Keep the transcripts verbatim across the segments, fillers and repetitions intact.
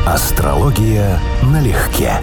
Астрология налегке.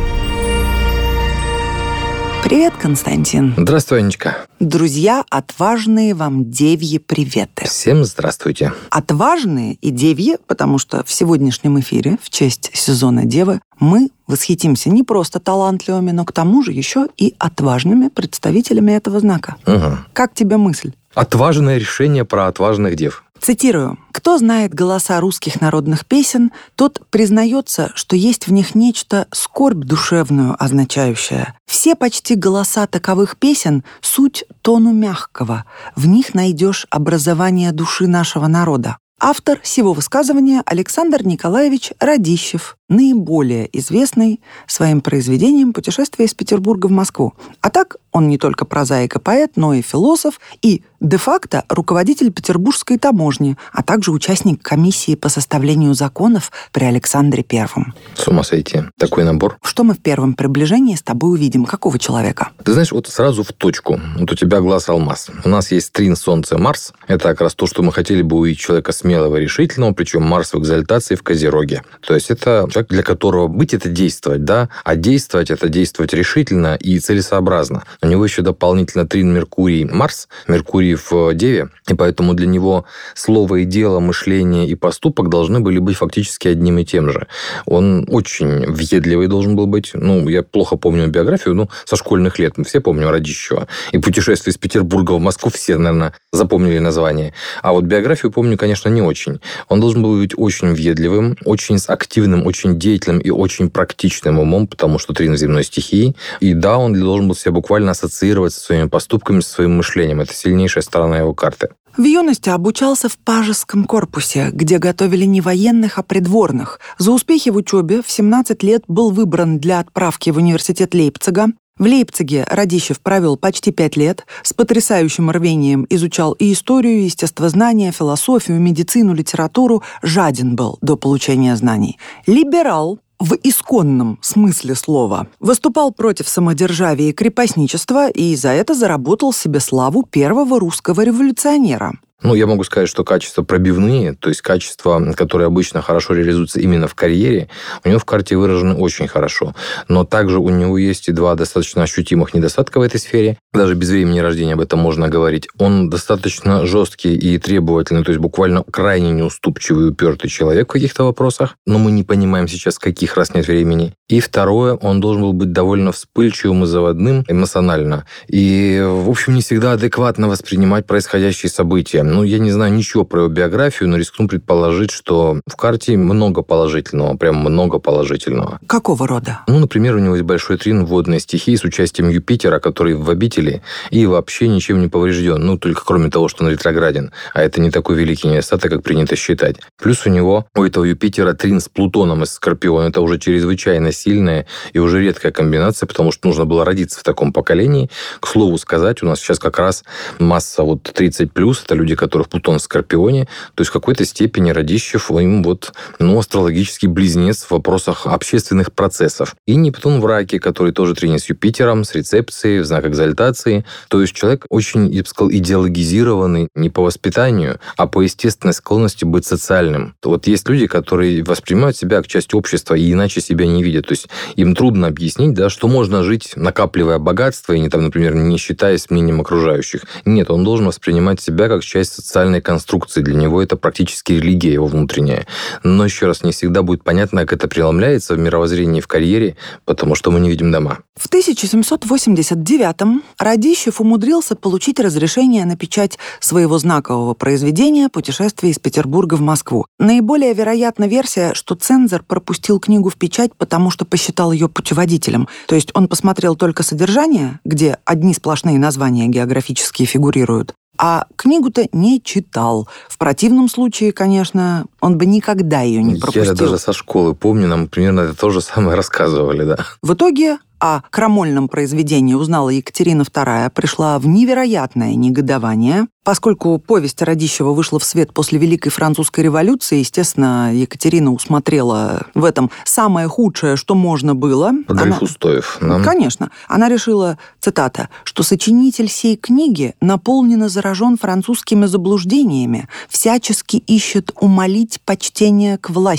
Привет, Константин. Здравствуй, Анечка. Друзья, отважные вам девьи приветы. Всем здравствуйте. Отважные и девьи, потому что в сегодняшнем эфире, в честь сезона Девы, мы восхитимся не просто талантливыми, но к тому же еще и отважными представителями этого знака. Угу. Как тебе мысль? Отважное решение про отважных дев. Цитирую. «Кто знает голоса русских народных песен, тот признается, что есть в них нечто скорбь душевную означающее. Все почти голоса таковых песен — суть тону мягкого. В них найдешь образование души нашего народа». Автор сего высказывания Александр Николаевич Радищев, наиболее известный своим произведением «Путешествие из Петербурга в Москву». А так он не только прозаик и поэт, но и философ, и де-факто руководитель Петербургской таможни, а также участник комиссии по составлению законов при Александре Первом. С ума сойти. Такой набор. Что мы в первом приближении с тобой увидим? Какого человека? Ты знаешь, вот сразу в точку. Вот у тебя глаз алмаз. У нас есть трин Солнце, Марс. Это как раз то, что мы хотели бы увидеть человека смелого, решительного, причем Марс в экзальтации в Козероге. То есть это человек, для которого быть — это действовать, да? А действовать — это действовать решительно и целесообразно. У него еще дополнительно трин Меркурий, Марс. Меркурий в Деве, и поэтому для него слово и дело, мышление и поступок должны были быть фактически одним и тем же. Он очень въедливый должен был быть. Ну, я плохо помню биографию, но со школьных лет мы все помним Радищева. И «Путешествие из Петербурга в Москву» все, наверное, запомнили название. А вот биографию помню, конечно, не очень. Он должен был быть очень въедливым, очень активным, очень деятельным и очень практичным умом, потому что трин земной стихии. И да, он должен был себя буквально ассоциировать со своими поступками, со своим мышлением. Это сильнейшая сторона его карты. В юности обучался в Пажеском корпусе, где готовили не военных, а придворных. За успехи в учебе в семнадцать лет был выбран для отправки в университет Лейпцига. В Лейпциге Радищев провел почти пять лет, с потрясающим рвением изучал и историю, и естествознание, философию, медицину, литературу, жаден был до получения знаний. Либерал в исконном смысле слова. Выступал против самодержавия и крепостничества и за это заработал себе славу первого русского революционера. Ну, я могу сказать, что качества пробивные, то есть качества, которые обычно хорошо реализуются именно в карьере, у него в карте выражены очень хорошо. Но также у него есть и два достаточно ощутимых недостатка в этой сфере. Даже без времени рождения об этом можно говорить. Он достаточно жесткий и требовательный, то есть буквально крайне неуступчивый и упертый человек в каких-то вопросах, но мы не понимаем сейчас, каких, раз нет времени. И второе, он должен был быть довольно вспыльчивым и заводным эмоционально. И, в общем, не всегда адекватно воспринимать происходящие события. Ну, я не знаю ничего про его биографию, но рискну предположить, что в карте много положительного, прям много положительного. Какого рода? Ну, например, у него есть большой трин водной стихии с участием Юпитера, который в обители и вообще ничем не поврежден. Ну, только кроме того, что он ретрограден. А это не такой великий недостаток, как принято считать. Плюс у него, у этого Юпитера, трин с Плутоном из Скорпиона. Это уже чрезвычайно сильная и уже редкая комбинация, потому что нужно было родиться в таком поколении. К слову сказать, у нас сейчас как раз масса вот тридцать плюс, это люди, которых Плутон в Скорпионе, то есть в какой-то степени Радищев им вот, ну, астрологический близнец в вопросах общественных процессов. И Нептун в Раке, который тоже трин с Юпитером, с рецепцией, в знак экзальтации. То есть человек очень, я бы сказал, идеологизированный не по воспитанию, а по естественной склонности быть социальным. Вот есть люди, которые воспринимают себя как часть общества и иначе себя не видят. То есть им трудно объяснить, да, что можно жить, накапливая богатство, и, не, там, например, не считаясь мнением окружающих. Нет, он должен воспринимать себя как часть социальной конструкции. Для него это практически религия его внутренняя. Но, еще раз, не всегда будет понятно, как это преломляется в мировоззрении и в карьере, потому что мы не видим дома. В тысяча семьсот восемьдесят девятом Радищев умудрился получить разрешение на печать своего знакового произведения «Путешествие из Петербурга в Москву». Наиболее вероятна версия, что цензор пропустил книгу в печать, потому что посчитал ее путеводителем. То есть он посмотрел только содержание, где одни сплошные названия географические фигурируют, а книгу-то не читал. В противном случае, конечно, он бы никогда ее не пропустил. Я даже со школы помню, нам примерно это то же самое рассказывали, да. В итоге о крамольном произведении узнала Екатерина вторая, пришла в невероятное негодование. Поскольку повесть Радищева вышла в свет после Великой Французской революции, естественно, Екатерина усмотрела в этом самое худшее, что можно было. Адольф Она... Устоев. Да? Конечно. Она решила, цитата, что сочинитель сей книги наполненно заражен французскими заблуждениями, всячески ищет умолить почтение к власти.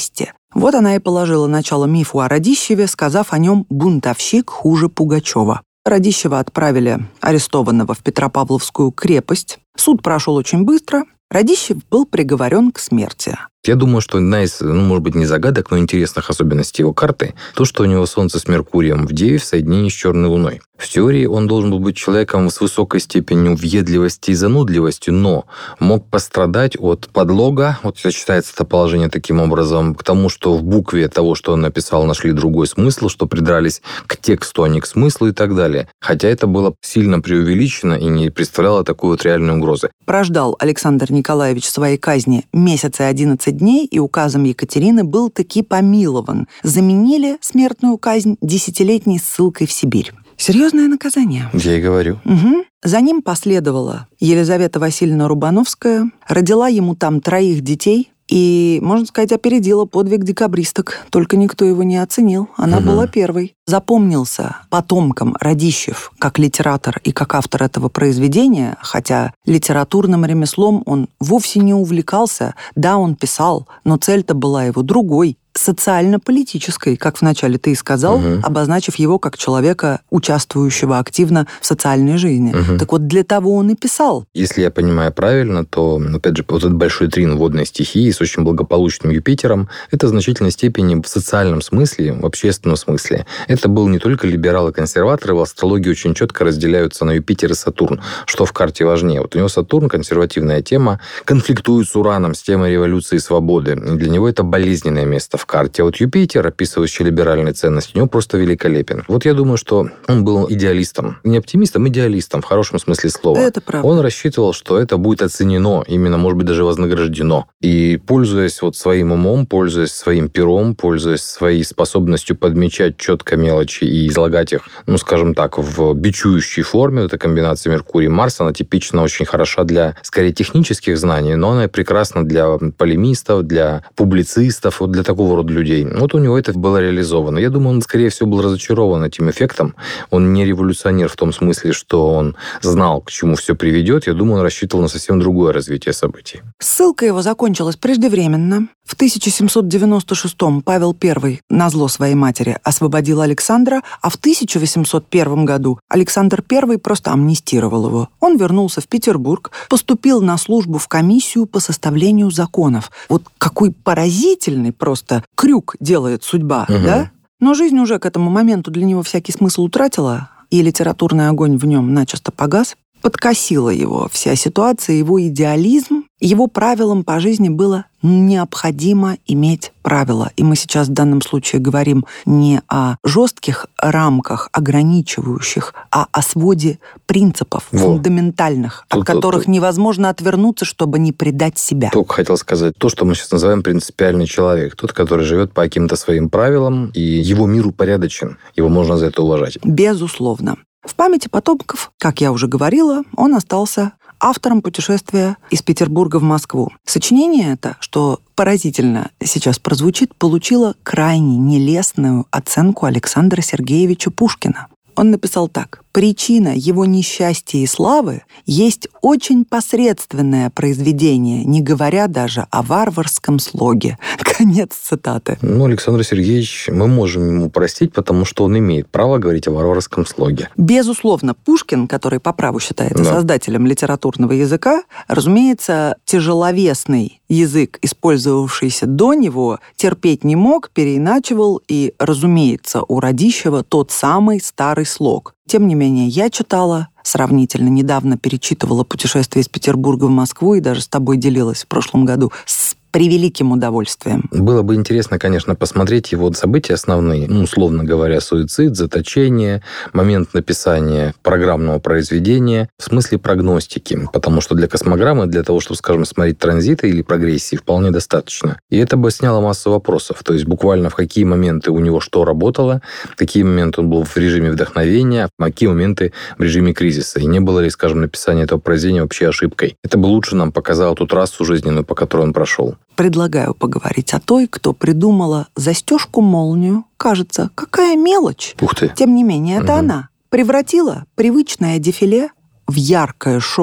Вот она и положила начало мифу о Радищеве, сказав о нем «бунтовщик хуже Пугачева». Радищева отправили арестованного в Петропавловскую крепость. Суд прошел очень быстро. Радищев был приговорен к смерти. Я думаю, что одна из, ну, может быть, не загадок, но интересных особенностей его карты – то, что у него Солнце с Меркурием в Деве в соединении с Черной Луной. В теории он должен был быть человеком с высокой степенью въедливости и занудливости, но мог пострадать от подлога, вот считается это положение таким образом, к тому, что в букве того, что он написал, нашли другой смысл, что придрались к тексту, а не к смыслу и так далее. Хотя это было сильно преувеличено и не представляло такой вот реальной угрозы. Прождал Александр Николаевич своей казни месяц и одиннадцать дней, и указом Екатерины был таки помилован. Заменили смертную казнь десятилетней ссылкой в Сибирь. Серьезное наказание. Я и говорю. Угу. За ним последовала Елизавета Васильевна Рубановская, родила ему там троих детей и, можно сказать, опередила подвиг декабристок. Только никто его не оценил. Она угу. была первой. Запомнился потомкам Радищев как литератор и как автор этого произведения, хотя литературным ремеслом он вовсе не увлекался. Да, он писал, но цель-то была его другой. Социально-политической, как вначале ты и сказал, угу. обозначив его как человека, участвующего активно в социальной жизни. Угу. Так вот, для того он и писал. Если я понимаю правильно, то, опять же, вот этот большой трин водной стихии с очень благополучным Юпитером, это в значительной степени в социальном смысле, в общественном смысле. Это был не только либерал и консерватор, в астрологии очень четко разделяются на Юпитер и Сатурн, что в карте важнее. Вот у него Сатурн, консервативная тема, конфликтует с Ураном, с темой революции и свободы. И для него это болезненное место в карте. А вот Юпитер, описывающий либеральные ценности, у него просто великолепен. Вот я думаю, что он был идеалистом. Не оптимистом, идеалистом, в хорошем смысле слова. Это правда. Он рассчитывал, что это будет оценено, именно, может быть, даже вознаграждено. И, пользуясь вот своим умом, пользуясь своим пером, пользуясь своей способностью подмечать четко мелочи и излагать их, ну, скажем так, в бичующей форме, эта комбинация Меркурий и Марс, она типично очень хороша для, скорее, технических знаний, но она прекрасна для полемистов, для публицистов, вот для такого рода людей. Вот у него это было реализовано. Я думаю, он, скорее всего, был разочарован этим эффектом. Он не революционер в том смысле, что он знал, к чему все приведет. Я думаю, он рассчитывал на совсем другое развитие событий. Ссылка его закончилась преждевременно. В тысяча семьсот девяносто шестом Павел Первый назло своей матери освободил Александра, а в тысяча восемьсот первом году Александр Первый просто амнистировал его. Он вернулся в Петербург, поступил на службу в комиссию по составлению законов. Вот какой поразительный просто крюк делает судьба, угу. да? Но жизнь уже к этому моменту для него всякий смысл утратила, и литературный огонь в нем начисто погас. Подкосила его вся ситуация, его идеализм. Его правилам по жизни было необходимо иметь правила. И мы сейчас в данном случае говорим не о жестких рамках, ограничивающих, а о своде принципов Во. фундаментальных, тут, от которых тут, невозможно отвернуться, чтобы не предать себя. Только хотел сказать, то, что мы сейчас называем принципиальный человек, тот, который живет по каким-то своим правилам, и его мир упорядочен, его можно за это уважать. Безусловно. В памяти потомков, как я уже говорила, он остался автором путешествия из Петербурга в Москву. Сочинение это, что поразительно сейчас прозвучит, получило крайне нелестную оценку Александра Сергеевича Пушкина. Он написал так. «Причина его несчастья и славы есть очень посредственное произведение, не говоря даже о варварском слоге». Конец цитаты. Ну, Александр Сергеевич, мы можем ему простить, потому что он имеет право говорить о варварском слоге. Безусловно, Пушкин, который по праву считается да. создателем литературного языка, разумеется, тяжеловесный язык, использовавшийся до него, терпеть не мог, переиначивал, и, разумеется, у Радищева тот самый старый слог. Тем не менее, я читала, сравнительно недавно перечитывала «Путешествие из Петербурга в Москву» и даже с тобой делилась в прошлом году с превеликим удовольствием. Было бы интересно, конечно, посмотреть его события основные, ну, условно говоря, суицид, заточение, момент написания программного произведения в смысле прогностики, потому что для космограммы, для того, чтобы, скажем, смотреть транзиты или прогрессии, вполне достаточно. И это бы сняло массу вопросов, то есть буквально в какие моменты у него что работало, в какие моменты он был в режиме вдохновения, в какие моменты в режиме кризиса. И не было ли, скажем, написание этого произведения вообще ошибкой. Это бы лучше нам показало ту трассу жизненную, по которой он прошел. Предлагаю поговорить о той, кто придумала застежку-молнию. Кажется, какая мелочь. Ух ты. Тем не менее, это угу. она. Превратила привычное дефиле в яркое шоу,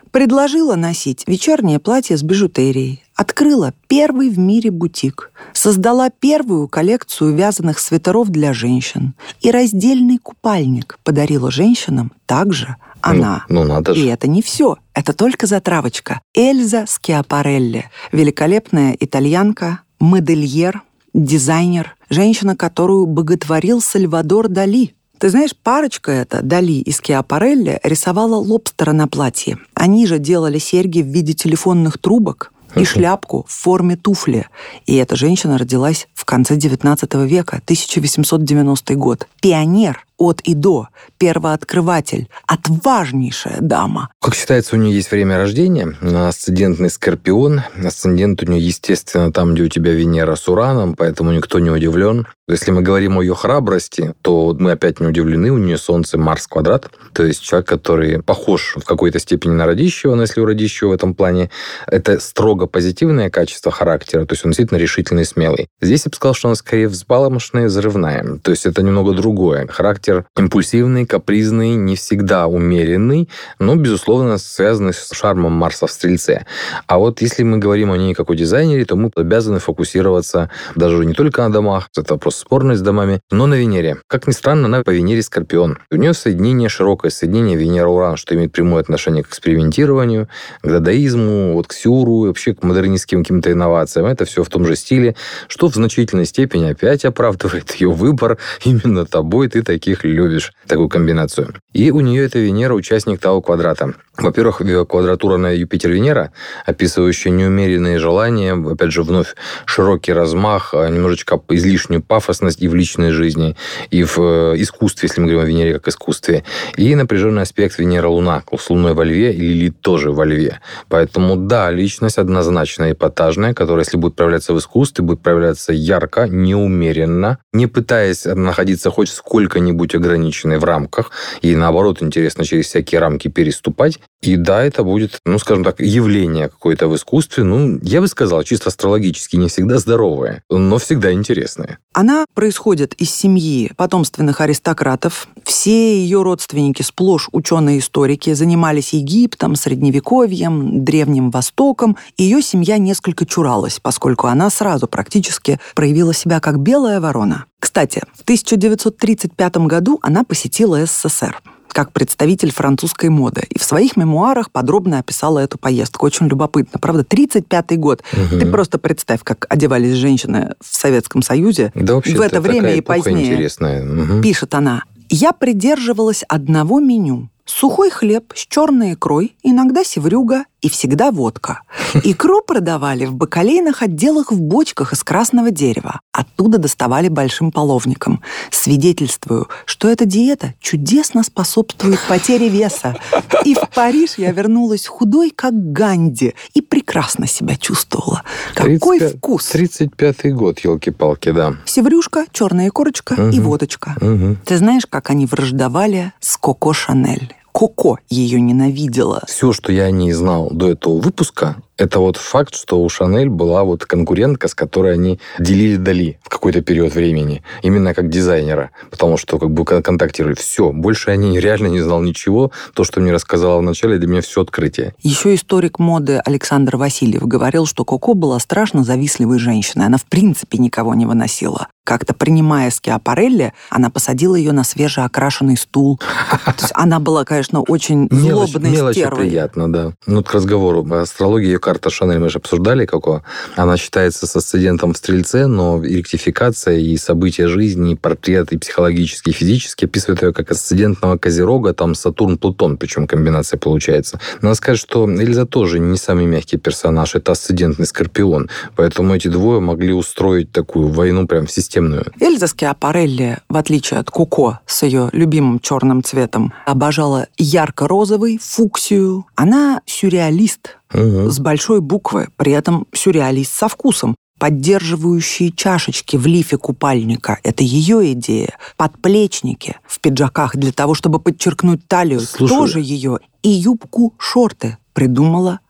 Предложила носить вечернее платье с бижутерией. Открыла первый в мире бутик. Создала первую коллекцию вязаных свитеров для женщин. И раздельный купальник подарила женщинам также она. Ну, ну надо же. И это не все. Это только затравочка. Эльза Скиапарелли. Великолепная итальянка, модельер, дизайнер. Женщина, которую боготворил Сальвадор Дали. Ты знаешь, парочка эта, Дали и Скиапарелли, рисовала лобстера на платье. Они же делали серьги в виде телефонных трубок и шляпку в форме туфли. И эта женщина родилась в конце девятнадцатого века, тысяча восемьсот девяностый год. Пионер от и до, первооткрыватель, отважнейшая дама. Как считается, у нее есть время рождения, асцендентный Скорпион. Асцендент у нее, естественно, там, где у тебя Венера с Ураном, поэтому никто не удивлен. Если мы говорим о ее храбрости, то мы опять не удивлены. У нее Солнце, Марс квадрат. То есть человек, который похож в какой-то степени на Радищева, но если у Радищева в этом плане это строго позитивное качество характера, то есть он действительно решительный и смелый. Здесь я бы сказал, что она скорее взбаломошная и взрывная. То есть это немного другое. Характер импульсивный, капризный, не всегда умеренный, но, безусловно, связанный с шармом Марса в Стрельце. А вот если мы говорим о ней как о дизайнере, то мы обязаны фокусироваться даже не только на домах, это вопрос спорный с домами, но на Венере. Как ни странно, она по Венере Скорпион. У нее соединение, широкое соединение Венера-Уран, что имеет прямое отношение к экспериментированию, к дадаизму, вот к сюру, вообще к модернистским каким-то инновациям. Это все в том же стиле, что в значительной степени опять оправдывает ее выбор именно тобой, ты таких любишь, такую комбинацию. И у нее эта Венера участник Тау квадрата. Во-первых, квадратура на Юпитер-Венера, описывающая неумеренные желания, опять же, вновь широкий размах, немножечко излишнюю пафосность и в личной жизни, и в искусстве, если мы говорим о Венере как искусстве, и напряженный аспект Венера-Луна, с Луной во Льве и Лилит тоже во Льве. Поэтому, да, личность однозначно эпатажная, которая, если будет проявляться в искусстве, будет проявляться ярко, неумеренно, не пытаясь находиться хоть сколько-нибудь ограниченной в рамках, и наоборот, интересно через всякие рамки переступать. И да, это будет, ну, скажем так, явление какое-то в искусстве, ну, я бы сказал, чисто астрологически не всегда здоровое, но всегда интересное. Она происходит из семьи потомственных аристократов. Все ее родственники сплошь ученые-историки, занимались Египтом, Средневековьем, Древним Востоком. Ее семья несколько чуралась, поскольку она сразу практически проявила себя как белая ворона. Кстати, в тысяча девятьсот тридцать пятом году она посетила СССР как представитель французской моды. И в своих мемуарах подробно описала эту поездку. Очень любопытно. Правда, тридцать пятый год. Угу. Ты просто представь, как одевались женщины в Советском Союзе. Да, вообще, в это время и позднее. Интересная. Угу. Пишет она. «Я придерживалась одного меню. Сухой хлеб с черной икрой, иногда севрюга и всегда водка. Икру продавали в бакалейных отделах в бочках из красного дерева. Оттуда доставали большим половником. Свидетельствую, что эта диета чудесно способствует потере веса. И в Париж я вернулась худой, как Ганди, и прекрасно себя чувствовала. Какой вкус!» тридцать пятый год, елки-палки, да. Севрюшка, черная корочка угу. и водочка. Угу. Ты знаешь, как они враждовали с Коко Шанель? Коко ее ненавидела. Все, что я о ней знал до этого выпуска, это вот факт, что у Шанель была вот конкурентка, с которой они делили Дали в какой-то период времени. Именно как дизайнера. Потому что как бы контактировали. Все. Больше я не, реально не знал ничего. То, что мне рассказала вначале, для меня все открытие. Еще историк моды Александр Васильев говорил, что Коко была страшно завистливой женщиной. Она в принципе никого не выносила. Как-то принимая Скиапарелли, она посадила ее на свежеокрашенный стул. То есть она была, конечно, очень злобной стервой. Мелочь приятно, да. Ну, к разговору. Астрология, ее карта Шанель, мы же обсуждали, какого. Она считается с асцендентом в Стрельце, но и ректификация, и события жизни, и портрет, и психологически, и физически описывают ее как асцендентного Козерога, там Сатурн-Плутон, причем комбинация получается. Надо сказать, что Эльза тоже не самый мягкий персонаж, это асцендентный Скорпион. Поэтому эти двое могли устроить такую войну прям в системе. Эльза Скиапарелли, в отличие от Коко с ее любимым черным цветом, обожала ярко-розовый, фуксию. Она сюрреалист угу. с большой буквы, при этом сюрреалист со вкусом. Поддерживающие чашечки в лифе купальника – это ее идея. Подплечники в пиджаках для того, чтобы подчеркнуть талию – Слушай, тоже ее. И юбку-шорты придумала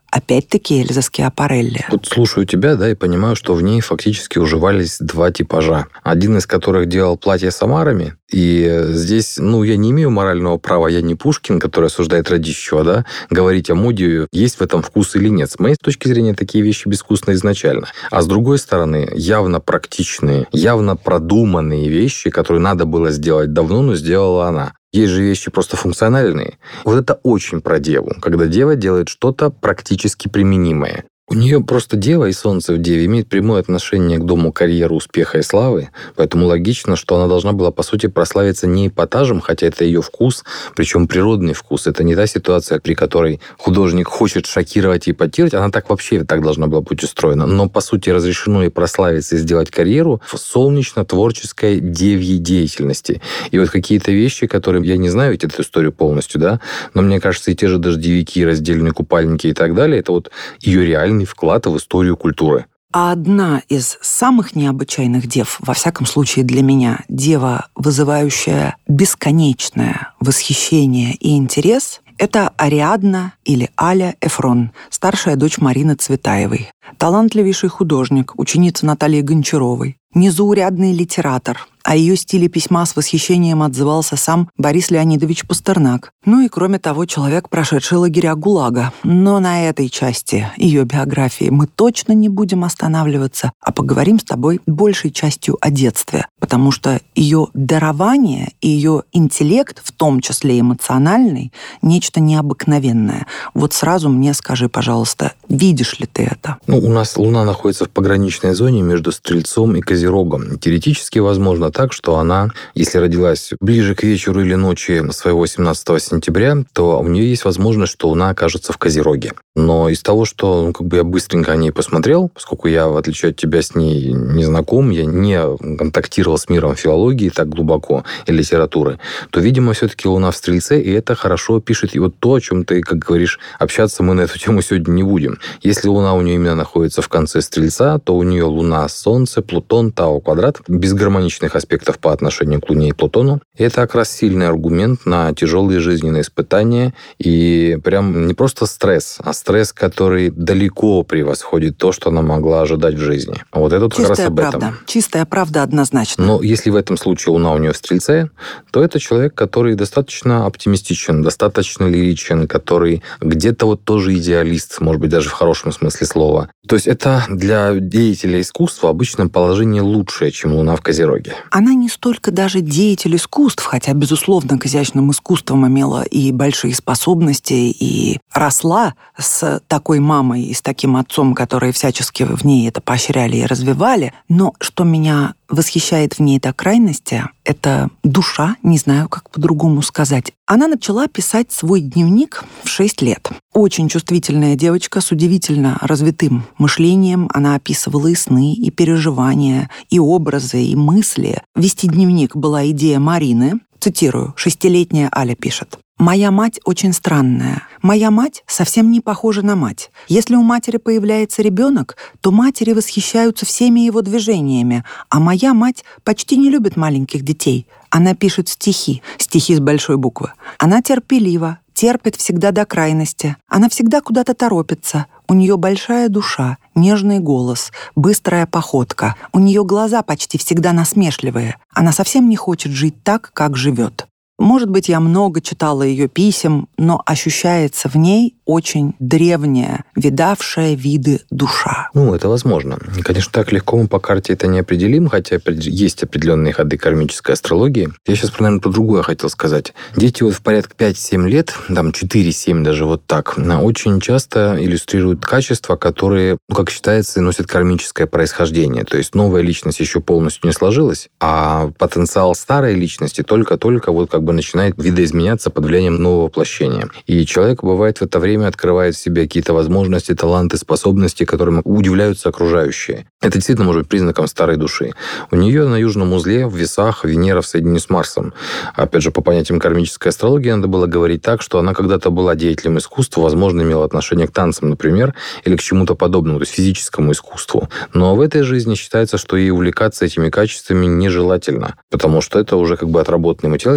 Опять-таки Эльза Скиапарелли. Вот слушаю тебя, да, и понимаю, что в ней фактически уживались два типажа. Один из которых делал платье с омарами, и здесь, ну, я не имею морального права, я не Пушкин, который осуждает Радищева, да, говорить о моде, есть в этом вкус или нет. С моей точки зрения, такие вещи безвкусны изначально. А с другой стороны, явно практичные, явно продуманные вещи, которые надо было сделать давно, но сделала она. Есть же вещи просто функциональные. Вот это очень про деву, когда дева делает что-то практически применимое. У нее просто дева и солнце в деве имеет прямое отношение к дому карьеры, успеха и славы, поэтому логично, что она должна была, по сути, прославиться не эпатажем, хотя это ее вкус, причем природный вкус. Это не та ситуация, при которой художник хочет шокировать и эпатировать, она так вообще так должна была быть устроена. Но, по сути, разрешено и прославиться, и сделать карьеру в солнечно-творческой девьей деятельности. И вот какие-то вещи, которые, я не знаю ведь эту историю полностью, да, но мне кажется, и те же дождевики, раздельные купальники и так далее, это вот ее реальный вклад в историю культуры. А одна из самых необычайных дев, во всяком случае для меня, дева, вызывающая бесконечное восхищение и интерес, это Ариадна или Аля Эфрон, старшая дочь Марины Цветаевой. Талантливейший художник, ученица Натальи Гончаровой, незаурядный литератор. О ее стиле письма с восхищением отзывался сам Борис Леонидович Пастернак. Ну и, кроме того, человек, прошедший лагеря ГУЛАГа. Но на этой части ее биографии мы точно не будем останавливаться, а поговорим с тобой большей частью о детстве, потому что ее дарование и ее интеллект, в том числе эмоциональный, нечто необыкновенное. Вот сразу мне скажи, пожалуйста, видишь ли ты это? Ну, у нас Луна находится в пограничной зоне между Стрельцом и Козерогом. Теоретически возможно так, что она, если родилась ближе к вечеру или ночи своего семнадцатого сентября, то у нее есть возможность, что Луна окажется в Козероге. Но из того, что ну, как бы я быстренько о ней посмотрел, поскольку я, в отличие от тебя, с ней не знаком, я не контактировал с миром филологии так глубоко и литературы, то, видимо, все-таки Луна в Стрельце, и это хорошо пишет. И вот то, о чем ты, как говоришь, общаться мы на эту тему сегодня не будем. Если Луна у нее именно находится в конце Стрельца, то у нее Луна, Солнце, Плутон, Тау квадрат, без гармоничных аспектов по отношению к Луне и Плутону. И это как раз сильный аргумент на тяжелые жизненные испытания и прям не просто стресс, а стресс, который далеко превосходит то, что она могла ожидать в жизни. Вот это как раз об правда. этом. Чистая правда однозначно. Но если в этом случае Луна у нее в Стрельце, то это человек, который достаточно оптимистичен, достаточно лиричен, который где-то вот тоже идеалист, может быть, даже в хорошем смысле слова. То есть это для деятеля искусства обычно положение лучшее, чем Луна в Козероге. Она не столько даже деятель искусств, хотя, безусловно, к изящным искусствам имела и большие способности, и росла с такой мамой и с таким отцом, которые всячески в ней это поощряли и развивали. Но что меня восхищает в ней до крайности, это душа, не знаю, как по-другому сказать. Она начала писать свой дневник в шесть лет. Очень чувствительная девочка с удивительно развитым мышлением. Она описывала и сны, и переживания, и образы, и мысли. Вести дневник была идея Марины. Цитирую, шестилетняя Аля пишет. «Моя мать очень странная. Моя мать совсем не похожа на мать. Если у матери появляется ребенок, то матери восхищаются всеми его движениями, а моя мать почти не любит маленьких детей. Она пишет стихи, стихи с большой буквы. Она терпелива, терпит всегда до крайности. Она всегда куда-то торопится. У нее большая душа, нежный голос, быстрая походка. У нее глаза почти всегда насмешливые. Она совсем не хочет жить так, как живет». Может быть, я много читала ее писем, но ощущается в ней очень древняя, видавшая виды душа. Ну, это возможно. Конечно, так легко мы по карте это не определим, хотя есть определенные ходы кармической астрологии. Я сейчас, наверное, про другое хотел сказать. Дети вот в порядка пять-семь лет, там четыре-семь даже вот так, очень часто иллюстрируют качества, которые, ну, как считается, носят кармическое происхождение. То есть новая личность еще полностью не сложилась, а потенциал старой личности только-только вот как бы начинает видоизменяться под влиянием нового воплощения. И человек, бывает, в это время открывает в себе какие-то возможности, таланты, способности, которым удивляются окружающие. Это действительно может быть признаком старой души. У нее на южном узле в весах Венера в соединении с Марсом. Опять же, по понятиям кармической астрологии надо было говорить так, что она когда-то была деятелем искусства, возможно, имела отношение к танцам, например, или к чему-то подобному, то есть физическому искусству. Но в этой жизни считается, что ей увлекаться этими качествами нежелательно, потому что это уже как бы отработанный материал, и нужно освоить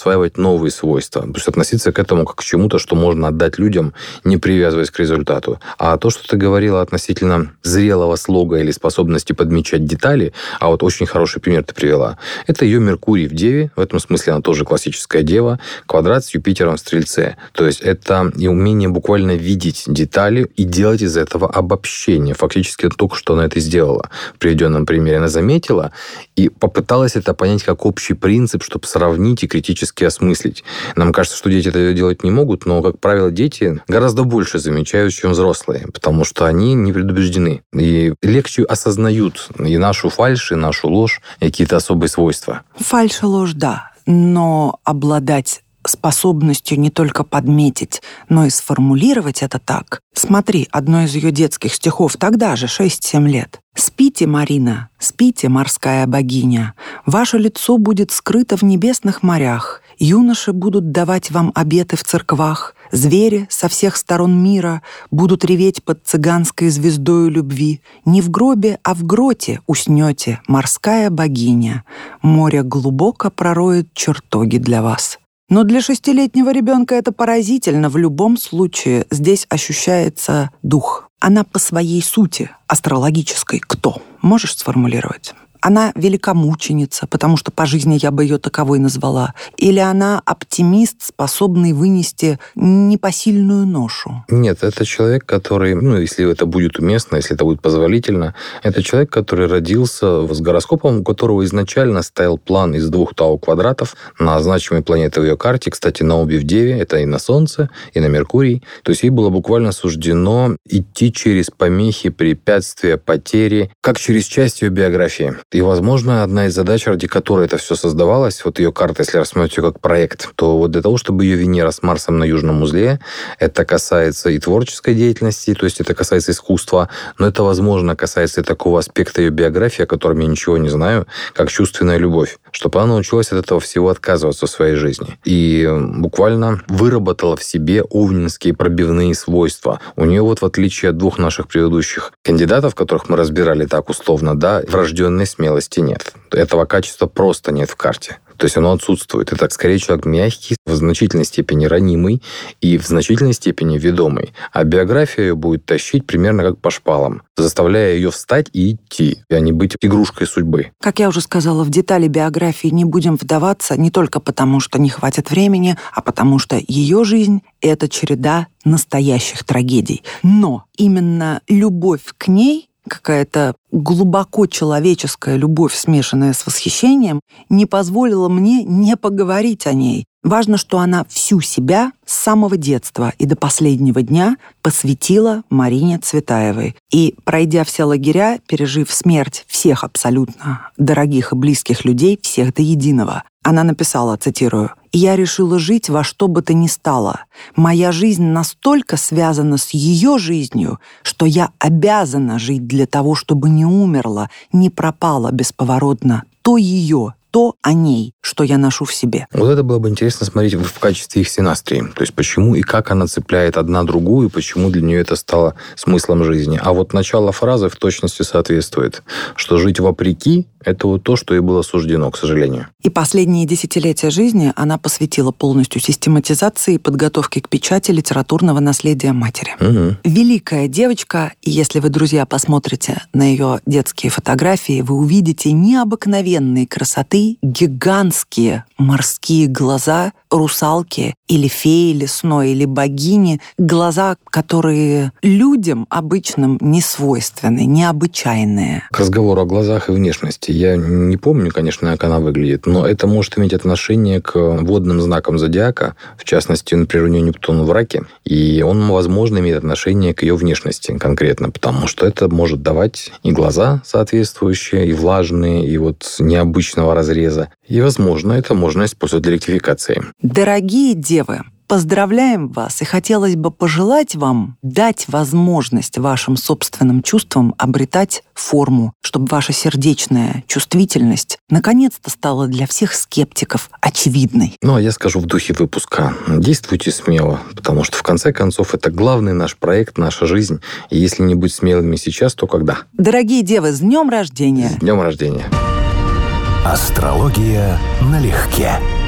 осваивать новые свойства. То есть относиться к этому как к чему-то, что можно отдать людям, не привязываясь к результату. А то, что ты говорила относительно зрелого слога или способности подмечать детали, а вот очень хороший пример ты привела, это ее Меркурий в Деве, в этом смысле она тоже классическая Дева, квадрат с Юпитером в Стрельце. То есть это и умение буквально видеть детали и делать из этого обобщение. Фактически только что она это сделала. В приведенном примере она заметила и попыталась это понять как общий принцип, чтобы сравнить и критически осмыслить. Нам кажется, что дети это делать не могут, но, как правило, дети гораздо больше замечают, чем взрослые, потому что они не предубеждены и легче осознают и нашу фальшь, и нашу ложь, и какие-то особые свойства. Фальшь и ложь, да, но обладать способностью не только подметить, но и сформулировать это так. Смотри, одно из ее детских стихов тогда же, шесть-семь лет. «Спите, Марина, спите, морская богиня, ваше лицо будет скрыто в небесных морях, юноши будут давать вам обеты в церквах, звери со всех сторон мира будут реветь под цыганской звездою любви. Не в гробе, а в гроте уснете, морская богиня, море глубоко пророет чертоги для вас». Но для шестилетнего ребенка это поразительно. В любом случае здесь ощущается дух. Она по своей сути астрологической кто? Можешь сформулировать? Она великомученица, потому что по жизни я бы ее таковой назвала. Или она оптимист, способный вынести непосильную ношу? Нет, это человек, который, ну, если это будет уместно, если это будет позволительно, это человек, который родился с гороскопом, у которого изначально стоял план из двух тау-квадратов на значимые планеты в ее карте. Кстати, на обе в Деве, это и на Солнце, и на Меркурий. То есть ей было буквально суждено идти через помехи, препятствия, потери, как через часть ее биографии. И, возможно, одна из задач, ради которой это все создавалось, вот ее карта, если рассмотреть ее как проект, то вот для того, чтобы ее Венера с Марсом на южном узле, это касается и творческой деятельности, то есть это касается искусства, но это, возможно, касается и такого аспекта ее биографии, о котором я ничего не знаю, как чувственная любовь, чтобы она научилась от этого всего отказываться в своей жизни. И буквально выработала в себе овнинские пробивные свойства. У нее вот, в отличие от двух наших предыдущих кандидатов, которых мы разбирали так условно, да, врожденной смерти, смелости нет. Этого качества просто нет в карте. То есть оно отсутствует. Это скорее человек мягкий, в значительной степени ранимый и в значительной степени ведомый. А биография ее будет тащить примерно как по шпалам, заставляя ее встать и идти, а не быть игрушкой судьбы. Как я уже сказала, в детали биографии не будем вдаваться не только потому, что не хватит времени, а потому что ее жизнь — это череда настоящих трагедий. Но именно любовь к ней, какая-то глубоко человеческая любовь, смешанная с восхищением, не позволила мне не поговорить о ней. Важно, что она всю себя с самого детства и до последнего дня посвятила Марине Цветаевой. И, пройдя все лагеря, пережив смерть всех абсолютно дорогих и близких людей, всех до единого, она написала, цитирую, «Я решила жить во что бы то ни стало. Моя жизнь настолько связана с ее жизнью, что я обязана жить для того, чтобы не умерла, не пропала бесповоротно то ее, то о ней, что я ношу в себе». Вот это было бы интересно смотреть в качестве их синастрии. То есть почему и как она цепляет одна другую, и почему для нее это стало смыслом жизни. А вот начало фразы в точности соответствует, что жить вопреки — это вот то, что ей было суждено, к сожалению. И последние десятилетия жизни она посвятила полностью систематизации и подготовке к печати литературного наследия матери. Угу. Великая девочка, и если вы, друзья, посмотрите на ее детские фотографии, вы увидите необыкновенной красоты гигантские морские глаза русалки или феи лесной, или богини, глаза, которые людям обычным не свойственны, необычайные. К разговору о глазах и внешности. Я не помню, конечно, как она выглядит, но это может иметь отношение к водным знакам зодиака, в частности, например, у нее Нептун в Раке, и он, возможно, имеет отношение к ее внешности конкретно, потому что это может давать и глаза соответствующие, и влажные, и вот необычного разреза. И, возможно, это можно использовать для ректификации. Дорогие девы, поздравляем вас, и хотелось бы пожелать вам дать возможность вашим собственным чувствам обретать форму, чтобы ваша сердечная чувствительность наконец-то стала для всех скептиков очевидной. Ну, а я скажу в духе выпуска. Действуйте смело, потому что, в конце концов, это главный наш проект, наша жизнь. И если не быть смелыми сейчас, то когда? Дорогие девы, с днем рождения! С днем рождения! Астрология налегке.